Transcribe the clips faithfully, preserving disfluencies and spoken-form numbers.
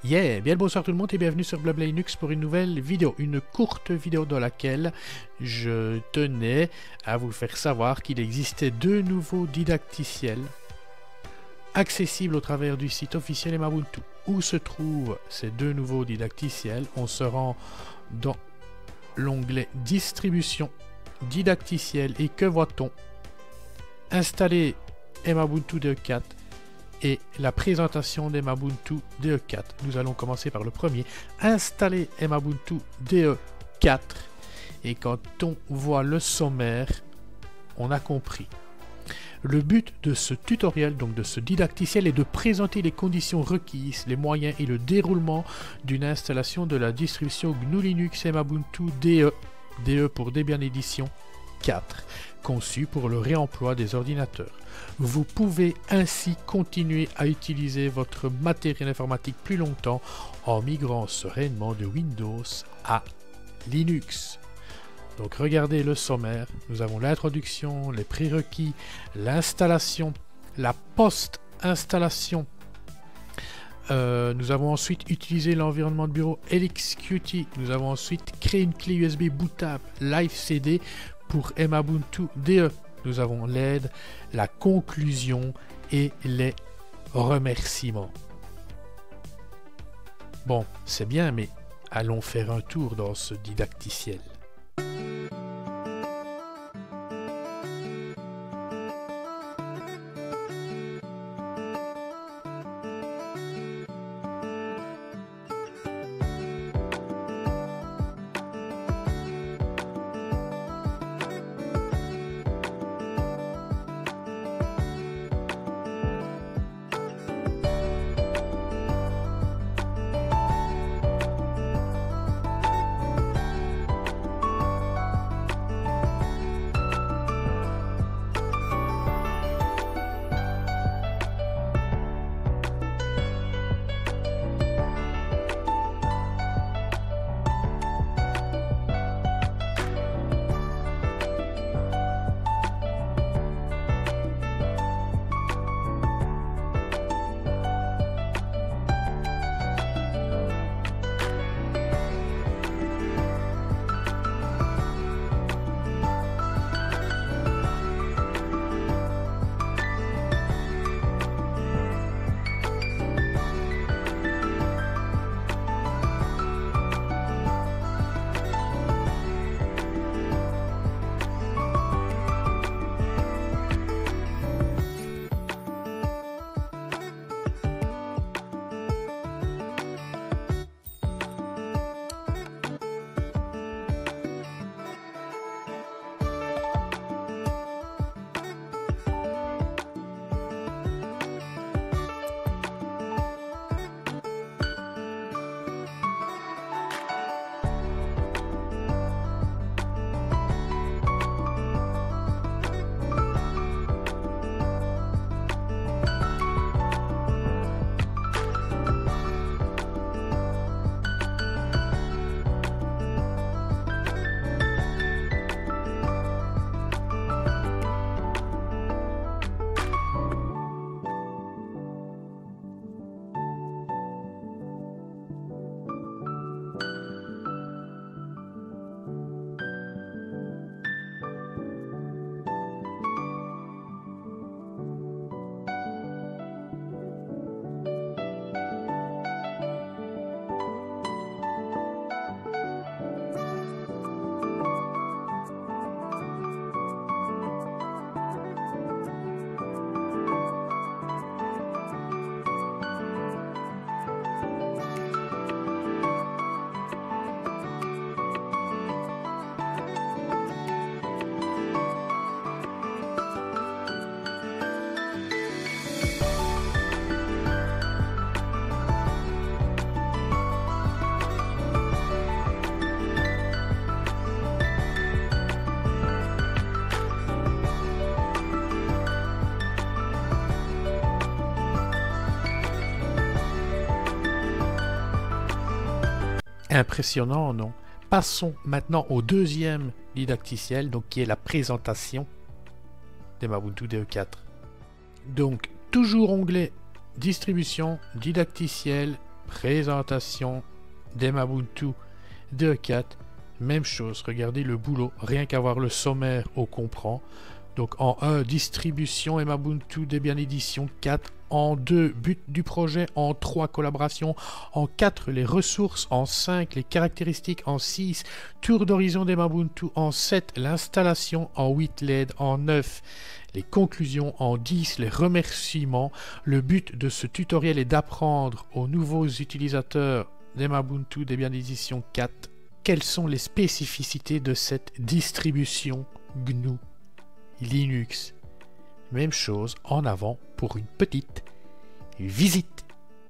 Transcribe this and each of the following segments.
Yeah, bien le bonsoir tout le monde et bienvenue sur Blabla Linux pour une nouvelle vidéo, une courte vidéo dans laquelle je tenais à vous faire savoir qu'il existait deux nouveaux didacticiels accessibles au travers du site officiel Emabuntu. Où se trouvent ces deux nouveaux didacticiels? On se rend dans l'onglet Distribution, didacticiel et que voit-on? Installer Emabuntu D E quatre et la présentation d'Emabuntu D E quatre. Nous allons commencer par le premier. Installer Emabuntu D E quatre. Et quand on voit le sommaire, on a compris. Le but de ce tutoriel, donc de ce didacticiel, est de présenter les conditions requises, les moyens et le déroulement d'une installation de la distribution G N U Linux Emabuntu D E, D E pour Debian Edition quatre, conçue pour le réemploi des ordinateurs. Vous pouvez ainsi continuer à utiliser votre matériel informatique plus longtemps en migrant sereinement de Windows à Linux. Donc regardez le sommaire, nous avons l'introduction, les prérequis, l'installation, la post-installation. Euh, nous avons ensuite utilisé l'environnement de bureau L X Q T. Nous avons ensuite créé une clé U S B bootable Live C D pour Emabuntu D E. Nous avons l'aide, la conclusion et les remerciements. Bon, c'est bien, mais allons faire un tour dans ce didacticiel. Impressionnant, non? Passons maintenant au deuxième didacticiel, donc qui est la présentation d'Emabuntu D E quatre. Donc, toujours onglet Distribution, didacticiel, présentation des Mabuntu de quatre. Même chose, regardez le boulot, rien qu'à voir le sommaire, on comprend. Donc en un, distribution Mabuntu Debian Edition quatre. En deux, but du projet. En trois, collaboration. En quatre, les ressources. En cinq, les caractéristiques. En six, tour d'horizon des Mabuntu. En sept, l'installation. En huit, l'aide. En neuf, les conclusions. En dix, les remerciements. Le but de ce tutoriel est d'apprendre aux nouveaux utilisateurs des Mabuntu Debian Edition quatre quelles sont les spécificités de cette distribution G N U Linux. Même chose en avant pour une petite visite.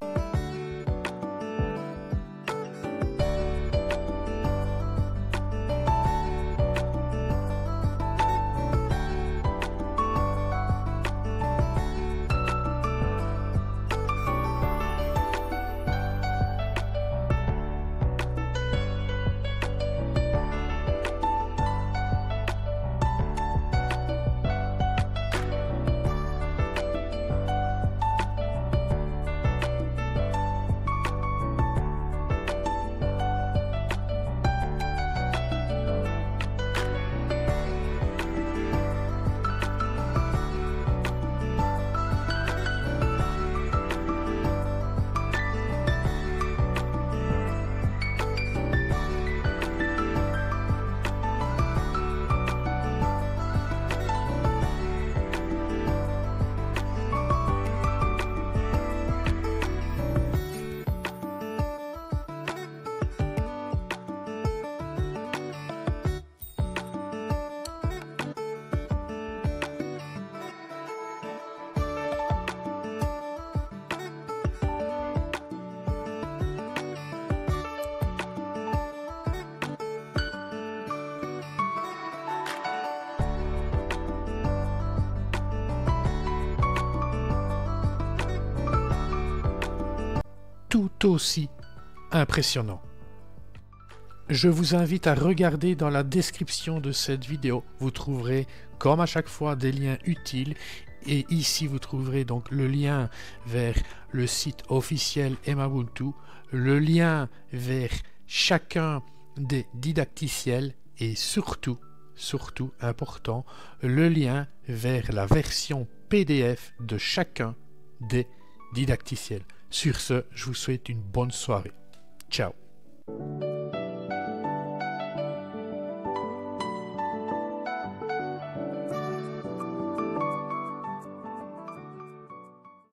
Tout aussi impressionnant. Je vous invite à regarder dans la description de cette vidéo. Vous trouverez, comme à chaque fois, des liens utiles. Et ici, vous trouverez donc le lien vers le site officiel Mabuntu, le lien vers chacun des didacticiels et surtout, surtout important, le lien vers la version P D F de chacun des didacticiels. Sur ce, je vous souhaite une bonne soirée. Ciao.